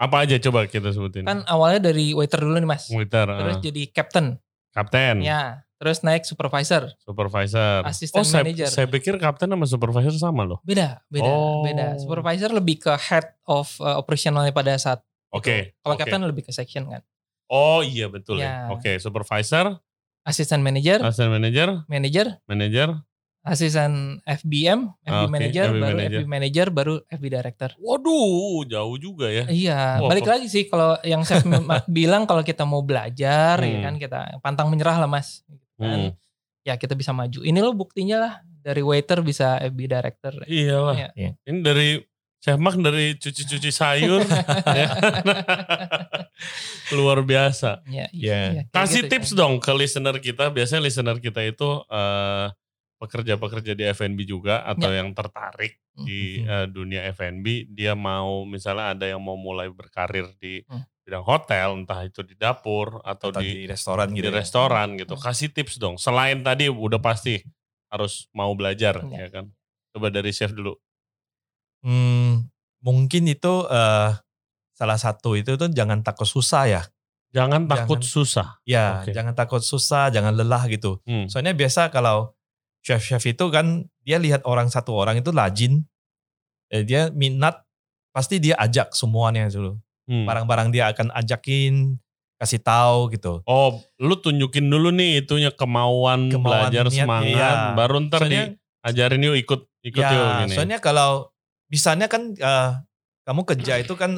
Apa aja coba kita sebutin. Kan awalnya dari waiter dulu nih Mas. Waiter. Terus jadi captain. Kapten. Ya. Terus naik supervisor. Assistant manager. Saya pikir kapten sama supervisor sama loh. Beda. Supervisor lebih ke head of operationalnya pada saat Oke. Kalau captain lebih ke section kan. Oh iya betul ya. Oke, supervisor. Assistant manager. Manager. Asisten FBM, FB manager, baru FB director. Waduh, jauh juga ya. Iya, balik lagi sih kalau yang saya bilang kalau kita mau belajar ya kan kita pantang menyerah lah Mas. Kan, ya kita bisa maju. Ini loh buktinya lah dari waiter bisa FB director. Iyalah. Ya. Ini dari Chef Mark dari cuci-cuci sayur. Luar biasa. Ya, kasih gitu, tips dong ke listener kita. Biasanya listener kita itu pekerja-pekerja di F&B juga atau yang tertarik di dunia F&B, dia mau misalnya ada yang mau mulai berkarir di bidang hotel, entah itu di dapur atau di restoran gitu. Di restoran gitu. Kasih tips dong. Selain tadi udah pasti harus mau belajar ya kan. Coba dari chef dulu. Mungkin itu salah satu itu tuh jangan takut susah ya. Jangan takut susah. Ya, jangan takut susah, jangan lelah gitu. Soalnya biasa kalau chef-chef itu kan dia lihat satu orang itu rajin, dia minat, pasti dia ajak semuanya dulu. Barang-barang dia akan ajakin, kasih tahu gitu. Oh, lu tunjukin dulu nih itunya kemauan belajar niat, semangat, baru ntar diajarin yuk ikut yuk gini. Soalnya kalau misalnya kan kamu kerja itu kan,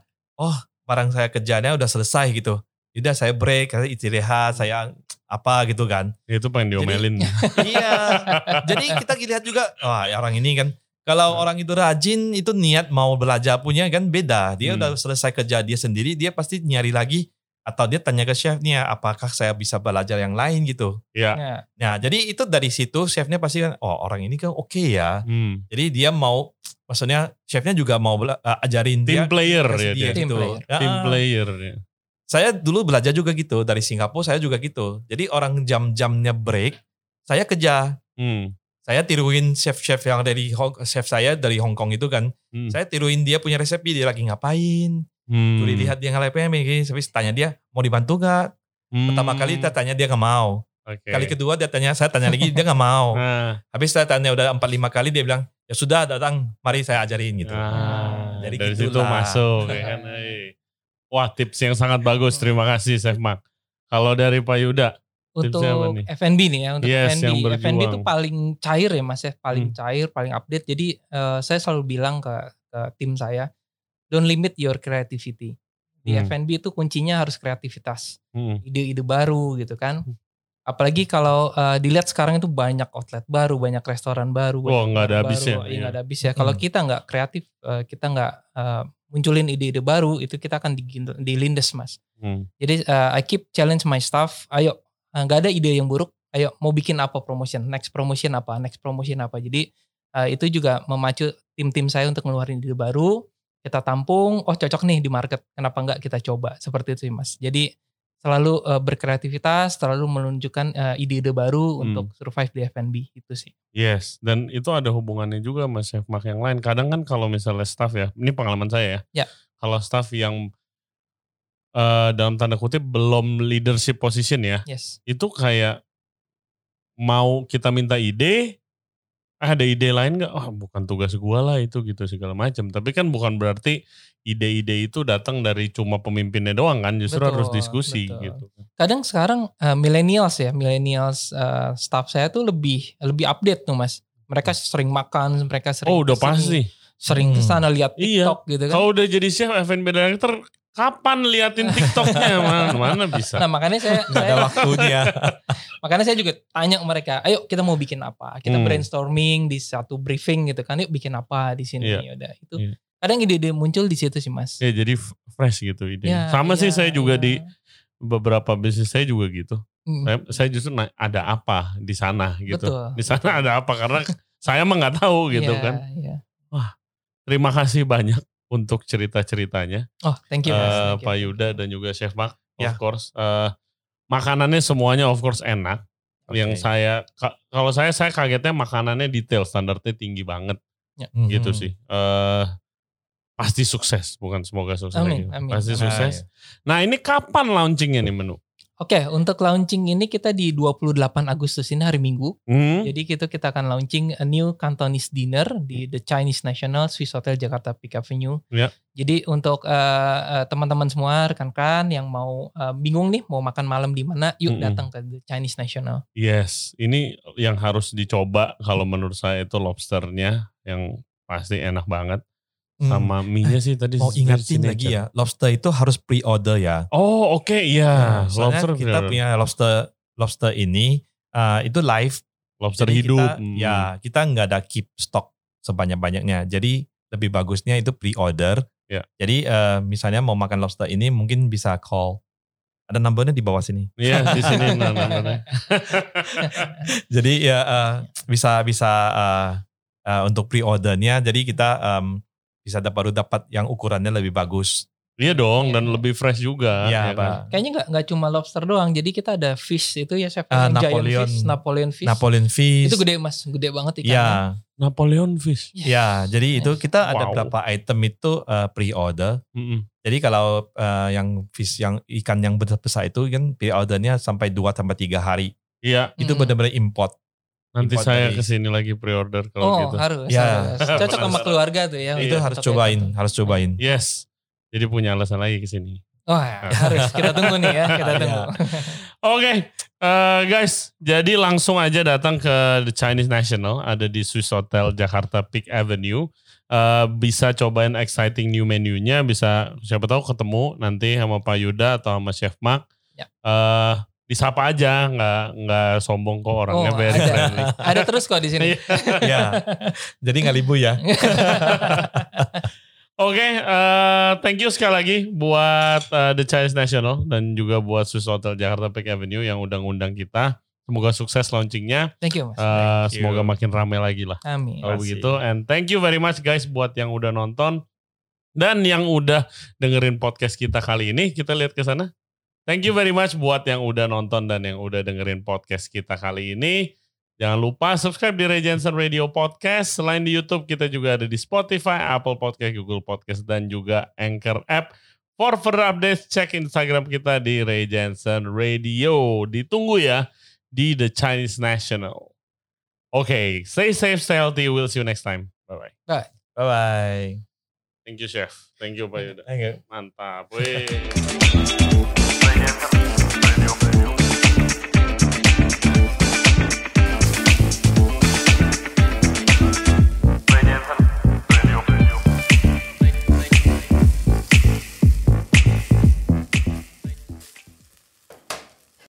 barang saya kerjanya udah selesai gitu. Udah saya break, saya istirahat, saya apa gitu kan. Itu pengen diomelin. Iya. Jadi kita lihat juga, orang ini kan. Kalau orang itu rajin, itu niat mau belajar punya kan beda. Dia udah selesai kerja dia sendiri, dia pasti nyari lagi. Atau dia tanya ke chefnya, apakah saya bisa belajar yang lain gitu. Iya. Nah jadi itu dari situ chefnya pasti kan, orang ini kan oke ya. Jadi dia mau, maksudnya chefnya juga mau ajarin Team dia. Player dia gitu. Team player ya. Saya dulu belajar juga gitu, dari Singapura saya juga gitu. Jadi orang jam-jamnya break, saya kerja. Saya tiruin chef-chef yang chef saya dari Hong Kong itu kan. Saya tiruin dia punya resepi, dia lagi ngapain. Tuh lihat dia ngapain, habis tanya dia, mau dibantu gak? Pertama kali saya tanya dia gak mau. Kali kedua saya tanya lagi, dia gak mau. Habis saya tanya udah 4-5 kali, dia bilang, ya sudah datang, mari saya ajarin gitu. Dari situ masuk ya kan. Wah, tips yang sangat bagus. Terima kasih Chef Mark. Kalau dari Pak Yuda, untuk F&B nih ya, untuk F&B itu paling cair ya Mas ya, paling cair, paling update. Jadi saya selalu bilang ke tim saya, don't limit your creativity. Di F&B itu kuncinya harus kreativitas, ide-ide baru gitu kan. Apalagi kalau dilihat sekarang itu banyak outlet baru, banyak restoran baru. Nggak ada habisnya. Iya nggak ada habisnya. Kalau kita nggak kreatif, kita nggak munculin ide-ide baru, itu kita akan dilindes Mas. Jadi I keep challenge my staff, ayo nggak ada ide yang buruk, ayo mau bikin apa next promotion apa. Jadi itu juga memacu tim-tim saya untuk ngeluarin ide baru, kita tampung, cocok nih di market, kenapa nggak kita coba, seperti itu Mas. Jadi selalu berkreativitas, selalu menunjukkan ide-ide baru untuk survive di F&B, itu sih. Yes, dan itu ada hubungannya juga Mas Chef Mark yang lain. Kadang kan kalau misalnya staff ya, ini pengalaman saya ya. Kalau staff yang dalam tanda kutip belum leadership position ya, itu kayak mau kita minta ide, ada ide lain gak? Bukan tugas gua lah itu gitu segala macam. Tapi kan bukan berarti ide-ide itu datang dari cuma pemimpinnya doang kan, justru harus diskusi gitu. Kadang sekarang millennials staff saya tuh lebih update tuh Mas. Mereka sering makan, mereka sering udah pasti sering kesana lihat TikTok gitu kan. Kalau udah jadi chef F&B director, kapan liatin TikToknya? Mana bisa. Nah makanya saya ada waktunya. Makanya saya juga tanya ke mereka, ayo kita mau bikin apa? Kita brainstorming di satu briefing gitu kan, yuk bikin apa di sini. Udah itu. Kadang ide-ide muncul di situ sih Mas. Ya jadi fresh gitu ide. Sama sih saya juga di beberapa bisnis saya juga gitu. Saya justru ada apa di sana gitu. Di sana ada apa karena saya mah nggak tahu gitu kan. Wah, terima kasih banyak untuk cerita-ceritanya. Thank you Mas. Pak Yuda dan juga Chef Mark. Of course. Makanannya semuanya of course enak. Yang kalau saya kagetnya makanannya detail, standarnya tinggi banget. Gitu sih. pasti sukses, bukan semoga sukses. Amin. Pasti sukses. Nah ini kapan launchingnya nih menu? Oke, untuk launching ini kita di 28 Agustus ini hari Minggu. Jadi kita akan launching a new Cantonese dinner di The Chinese National Swiss Hotel Jakarta Peak Avenue. Yeah. Jadi untuk teman-teman semua, rekan-rekan yang mau bingung nih mau makan malam di mana, yuk datang ke The Chinese National. Yes, ini yang harus dicoba kalau menurut saya itu lobsternya yang pasti enak banget. Sama mie-nya sih tadi. Mau ingatin lagi ya, lobster itu harus pre-order ya. Oh oke, iya. Soalnya kita punya lobster ini itu live. Lobster hidup. Kita nggak ada keep stok sebanyak-banyaknya. Jadi lebih bagusnya itu pre-order. Ya. Jadi misalnya mau makan lobster ini mungkin bisa call. Ada nomornya di bawah sini. Iya di sini nomornya. Jadi bisa untuk pre-ordernya. Jadi kita bisa baru dapat yang ukurannya lebih bagus. Iya dong, dan lebih fresh juga. Iya, ya kan? Kayaknya nggak cuma lobster doang. Jadi kita ada fish itu ya, chef. Napoleon fish. Itu gede mas, gede banget ikannya. Iya. Napoleon fish. Iya, jadi itu kita ada beberapa item itu pre-order. Jadi kalau yang fish, yang ikan yang besar itu kan pre-ordernya sampai 2-3 hari. Iya. Itu benar-benar import. Nanti saya kesini lagi pre-order kalau gitu. Harus. Cocok sama keluarga tuh ya. Itu harus cobain. Yes. Jadi punya alasan lagi kesini. Harus. Kita tunggu nih ya. Kita tunggu. Oke, guys. Jadi langsung aja datang ke The Chinese National. Ada di Swiss Hotel Jakarta Peak Avenue. Bisa cobain exciting new menu-nya. Bisa siapa tahu ketemu nanti sama Pak Yuda atau sama Chef Mark. Ya. Disapa aja, nggak sombong kok orangnya, very friendly. Ada terus kok di sini. Ya, jadi nggak libur ya. Oke, thank you sekali lagi buat The Chinese National dan juga buat Swiss Hotel Jakarta Peak Avenue yang undang-undang kita. Semoga sukses launchingnya. Thank you mas. Semoga makin ramai lagi lah. Amin. Kalau begitu, and thank you very much guys buat yang udah nonton dan yang udah dengerin podcast kita kali ini. Kita lihat ke sana. Thank you very much buat yang udah nonton dan yang udah dengerin podcast kita kali ini. Jangan lupa subscribe di Ray Jensen Radio Podcast. Selain di YouTube, kita juga ada di Spotify, Apple Podcast, Google Podcast, dan juga Anchor App. For further updates, cek Instagram kita di Ray Jensen Radio. Ditunggu ya di The Chinese National. Okay, stay safe, stay healthy. We'll see you next time. Bye-bye. Bye. Bye-bye. Thank you, Chef. Thank you, Pak Yuda. Thank you. Mantap. Wih.